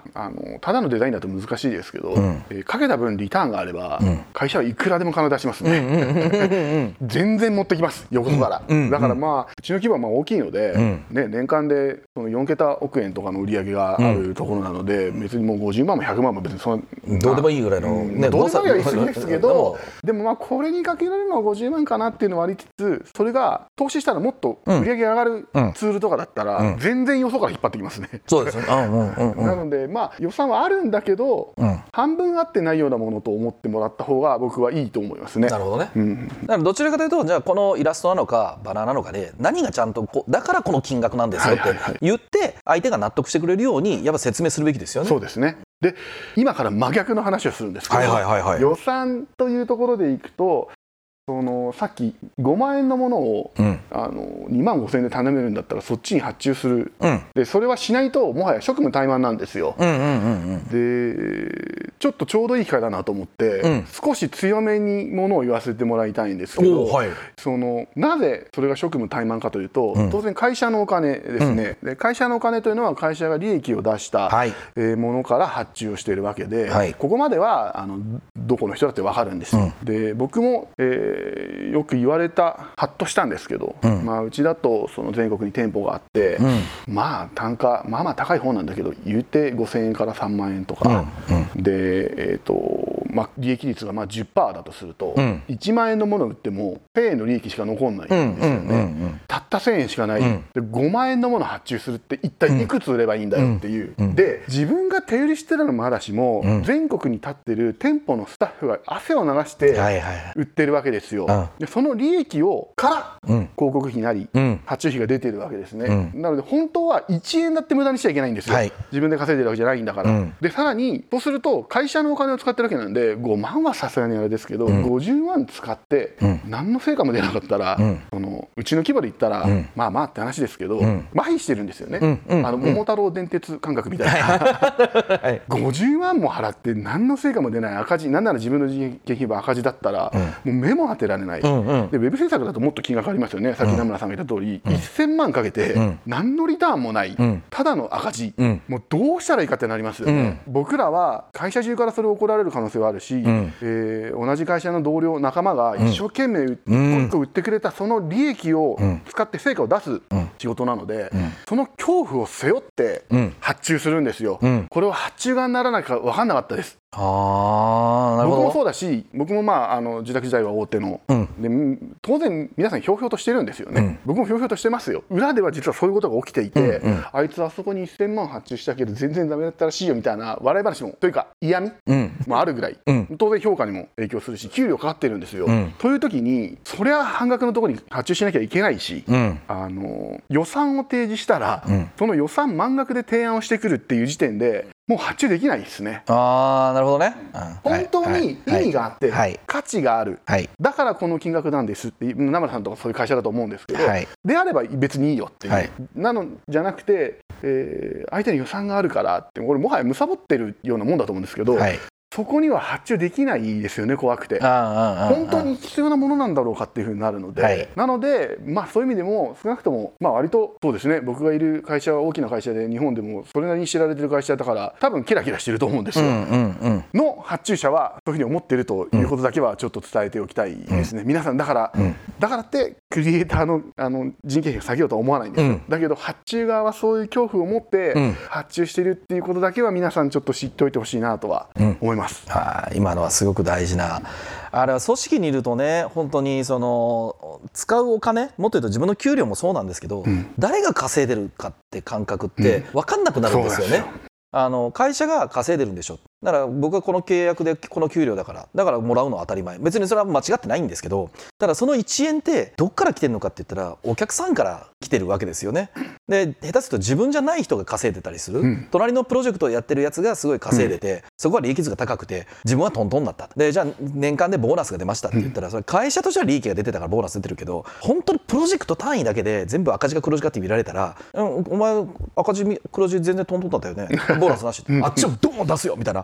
あのただのデザインだと難しいですけど、うん、えー、かけた分リターンがあれば、うん、会社はいくらでも金出しますね。全然持ってきます横から、うんうん、だからまあうちの規模はまあ大きいので、うん、ね、年間でそのよんけた億円とかの売り上げがあるところなので、うん、別にもうごじゅうまんもひゃくまんも別にそのどうでもいいぐらいの、ね、 どうでもいいは言い過ぎですけどでもまあこれにかけられるのはごじゅうまんかなっていうのはありつつ、それが投資したらもっと売り上げが上がるツールとかだったら、うん、全然よそから引っ張ってきますね。 そうですね。うんうんうんうん、 なのでまあ予算はあるんだけど、うん、半分あってないようなものと思ってもらった方が僕はいいと思いますね。 なるほどね、うん、だからどちらかというとじゃあこのイラストなのかバナーなのかで何がちゃんとこうだからこの金額なんですよって言って相手が納得してくれるようにやっぱ説明するべきですよね。 そうですね。で今から真逆の話をするんですけど、 はいはいはいはい、 予算というところでいくとそのさっきごまんえんのものを、うん、あのにまんごせんえんで頼めるんだったらそっちに発注する、うん、でそれはしないともはや職務怠慢なんですよ、うんうんうんうん、でちょっとちょうどいい機会だなと思って、うん、少し強めにものを言わせてもらいたいんですけど、はい、そのなぜそれが職務怠慢かというと、うん、当然会社のお金ですね、うん、で会社のお金というのは会社が利益を出した、はい、えー、ものから発注をしているわけで、はい、ここまではあのどこの人だって分かるんですよ、うん、で僕も、えーよく言われたハッとしたんですけど、うんまあ、うちだとその全国に店舗があって、うん、まあ単価まあまあ高い方なんだけど言うてごせんえんからさんまんえんとか、うんうん、で、えーとまあ、利益率がまあ じゅっパーセント だとすると、うん、いちまんえんのものを売ってもせんえんの利益しか残んないんですよね、うんうんうんうん、たったせんえんしかない、うん、でごまんえんのものを発注するって一体いくつ売ればいいんだよっていう、うんうん、で自分が手売りしてるのもあだしも、うん、全国に立ってる店舗のスタッフが汗を流して売ってるわけですよ、はいはいはい、でその利益をから広告費なり、うん、発注費が出てるわけですね、うん、なので本当はいちえんだって無駄にしちゃいけないんですよ、はい、自分で稼いでるわけじゃないんだから、うん、でさらにそうすると会社のお金を使ってるわけなんでごまんはさすがにあれですけど、うん、ごじゅうまん使って何の成果も出なかったら、うん、そのうちの規模で言ったら、うん、まあまあって話ですけど、うん、麻痺してるんですよね、うんうん、あの桃太郎電鉄感覚みたいな、はい、ごじゅうまんも払って何の成果も出ない赤字、なんなら自分の人件費は赤字だったら、うん、もう目も当てられない、うんうん、でウェブ制作だともっと金額ありますよね。さっき名村さんが言った通り、うん、せんまんかけて何のリターンもない、うん、ただの赤字、うん、もうどうしたらいいかってなりますよね、うん、僕らは会社中からそれを怒られる可能性はあるし、うん、えー、同じ会社の同僚仲間が一生懸命一個一個売ってくれたその利益を使って成果を出す仕事なので、うん、その恐怖を背負って発注するんですよ、うん、これは発注側にならないか分かんなかったです。 あ、なるほど。 僕もそうだし、僕もまああの自宅時代は大手の、うん、で当然皆さんひょうひょうとしてるんですよね、うん、僕もひょうひょうとしてますよ。裏では実はそういうことが起きていて、うんうん、あいつあそこにせんまん発注したけど全然ダメだったらしいよみたいな笑い話もというか嫌味、うん、もあるぐらい、うん、当然評価にも影響するし給料かかってるんですよ、うん、という時にそれは半額のところに発注しなきゃいけないし、うん、あの予算を提示したら、うん、その予算満額で提案をしてくるっていう時点でもう発注できないですね。 あー、なるほどね、 うん、本当に意味があって、はい、価値がある、はい、だからこの金額なんですって名村さんとかそういう会社だと思うんですけど、はい、であれば別にいいよっていう、はい、なのじゃなくて、えー、相手に予算があるからってこれもはや貪ってるようなもんだと思うんですけど、はい、そこには発注できないですよね、怖くて。本当に必要なものなんだろうかっていうふうになるので、はい、なので、まあ、そういう意味でも少なくとも、まあ、割とそうですね、僕がいる会社は大きな会社で日本でもそれなりに知られてる会社だから多分キラキラしてると思うんですよ、うんうんうん、の発注者はそういうふうに思ってるということだけはちょっと伝えておきたいですね、うん、皆さんだから、うん、だからってクリエイターの、あの人件費を下げようとは思わないんですよ、うん、だけど発注側はそういう恐怖を持って発注してるっていうことだけは皆さんちょっと知っておいてほしいなとは思います、 うん、は今のはすごく大事な、あれは組織にいるとね、本当にその使うお金、もっと言うと自分の給料もそうなんですけど、うん、誰が稼いでるかって感覚って分かんなくなるんですよね、うん、あの会社が稼いでるんでしょ、だから僕はこの契約でこの給料だからだからもらうのは当たり前、別にそれは間違ってないんですけど、ただそのいちえんってどっから来てるのかって言ったらお客さんから来てるわけですよね。で下手すると自分じゃない人が稼いでたりする、うん、隣のプロジェクトをやってるやつがすごい稼いでて、うん、そこは利益率が高くて自分はトントンだった、でじゃあ年間でボーナスが出ましたって言ったら、それ会社としては利益が出てたからボーナス出てるけど、本当にプロジェクト単位だけで全部赤字か黒字かって見られたら、うん、お前赤字黒字全然トントンだったよねボーナスなし、うん、あっちはドーン出すよみたいな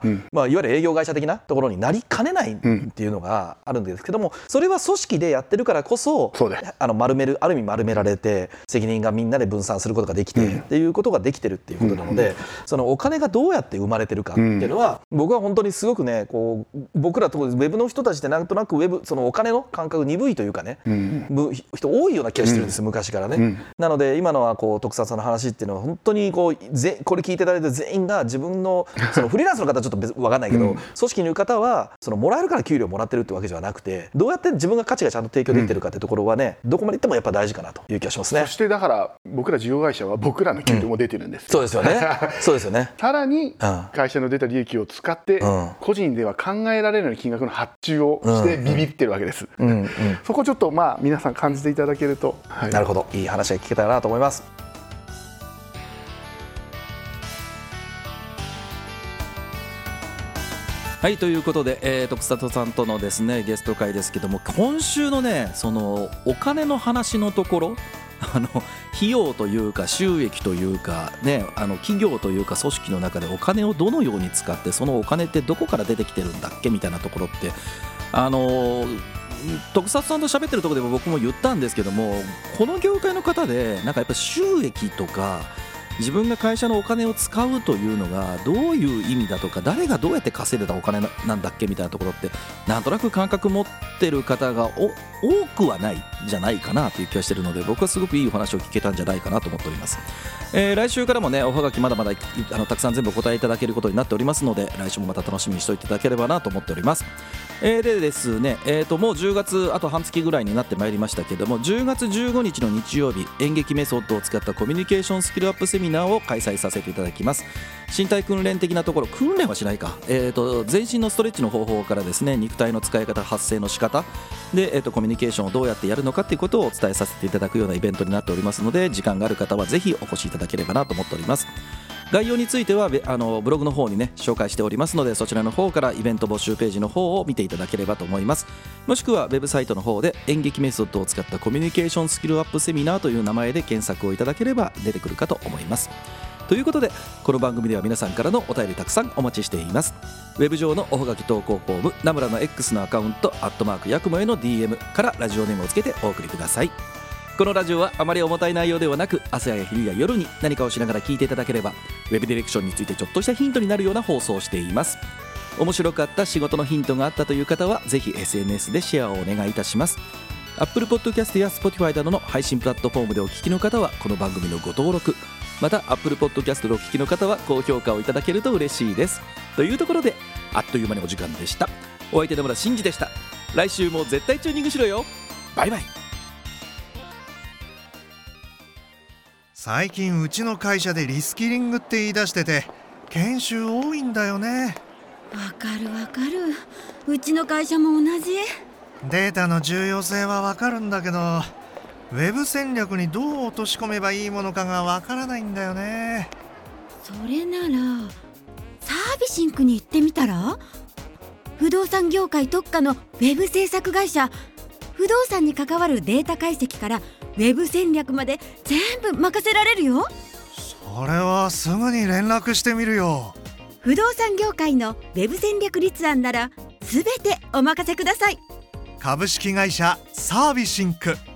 うん、まあ、いわゆる営業会社的なところになりかねないっていうのがあるんですけども、それは組織でやってるからこそ、そうあの丸めるある意味丸められて責任がみんなで分散することができて、うん、っていうことができてるっていうことなので、うん、そのお金がどうやって生まれてるかっていうのは、うん、僕は本当にすごくね、こう僕らとウェブの人たちってなんとなくウェブそのお金の感覚鈍いというかね、うん、人多いような気がしてるんです、うん、昔からね、うん、なので今のはこう徳澤さんの話っていうのは本当にこうぜこれ聞いていただいて全員が自分のそのフリーランスの方はちょっと別分かんないけど、うん、組織にいる方はそのもらえるから給料もらってるってわけではなくて、どうやって自分が価値がちゃんと提供できてるかってところはね、どこまでいってもやっぱ大事かなという気がしますね。 そしてだから僕ら事業会社は僕らの給料も出てるんです、 うん、そうですよねそうですよねさらに会社の出た利益を使って、うん、個人では考えられない金額の発注をしてビビってるわけです、うんうんうん、そこちょっとまあ皆さん感じていただけると、 はい、なるほど、いい話が聞けたらなと思います。はい、ということで、えー、徳里さんとのですねゲスト会ですけども、今週のねそのお金の話のところ、あの費用というか収益というか、ね、あの企業というか組織の中でお金をどのように使って、そのお金ってどこから出てきてるんだっけみたいなところって、あの徳里さんと喋ってるところでも僕も言ったんですけども、この業界の方でなんかやっぱ収益とか自分が会社のお金を使うというのがどういう意味だとか、誰がどうやって稼いでたお金なんだっけみたいなところってなんとなく感覚持ってる方がお多くはないんじゃないかなという気がしているので、僕はすごくいいお話を聞けたんじゃないかなと思っております。えー、来週からもねおはがきまだまだあのたくさん全部お答えいただけることになっておりますので、来週もまた楽しみにしておいていただければなと思っております。えー、でですね、えー、ともうじゅうがつあと半月ぐらいになってまいりましたけども、じゅうがつじゅうごにちの日曜日、演劇メソッドを使ったコミュニケーションスキルアップセミナーを開催させていただきます。身体訓練的なところ、訓練はしないか、えー、と全身のストレッチの方法からですね、肉体の使い方、発声の仕方で、えー、とコミュニケーションをどうやってやるのかということをお伝えさせていただくようなイベントになっておりますので、時間がある方はぜひお越しいただければなと思っております。概要についてはあのブログの方にね紹介しておりますので、そちらの方からイベント募集ページの方を見ていただければと思います。もしくはウェブサイトの方で演劇メソッドを使ったコミュニケーションスキルアップセミナーという名前で検索をいただければ出てくるかと思います。ということで、この番組では皆さんからのお便りたくさんお待ちしています。ウェブ上のおはがき投稿フォーム、ナムラの X のアカウントアットマークヤクモへの ディーエム からラジオネームをつけてお送りください。このラジオはあまり重たい内容ではなく、朝や昼や夜に何かをしながら聞いていただければ、ウェブディレクションについてちょっとしたヒントになるような放送をしています。面白かった、仕事のヒントがあったという方はぜひ エスエヌエス でシェアをお願いいたします。 Apple Podcast や Spotify などの配信プラットフォームでお聞きの方はこの番組のご登録、また Apple Podcast でお聞きの方は高評価をいただけると嬉しいです。というところで、あっという間にお時間でした。お相手の村真司でした。来週も絶対チューニングしろよ。バイバイ。 最近うちの会社でリスキリングって言い出してて、研修多いんだよね。 わかるわかる、うちの会社も同じ。 データの重要性はわかるんだけど、ウェブ戦略にどう落とし込めばいいものかがわからないんだよね。 それならサービシンクに行ってみたら？不動産業界特化のウェブ制作会社。不動産に関わるデータ解析からウェブ戦略まで全部任せられるよ。 それはすぐに連絡してみるよ。 不動産業界のウェブ戦略立案なら全てお任せください。 株式会社サービシンク。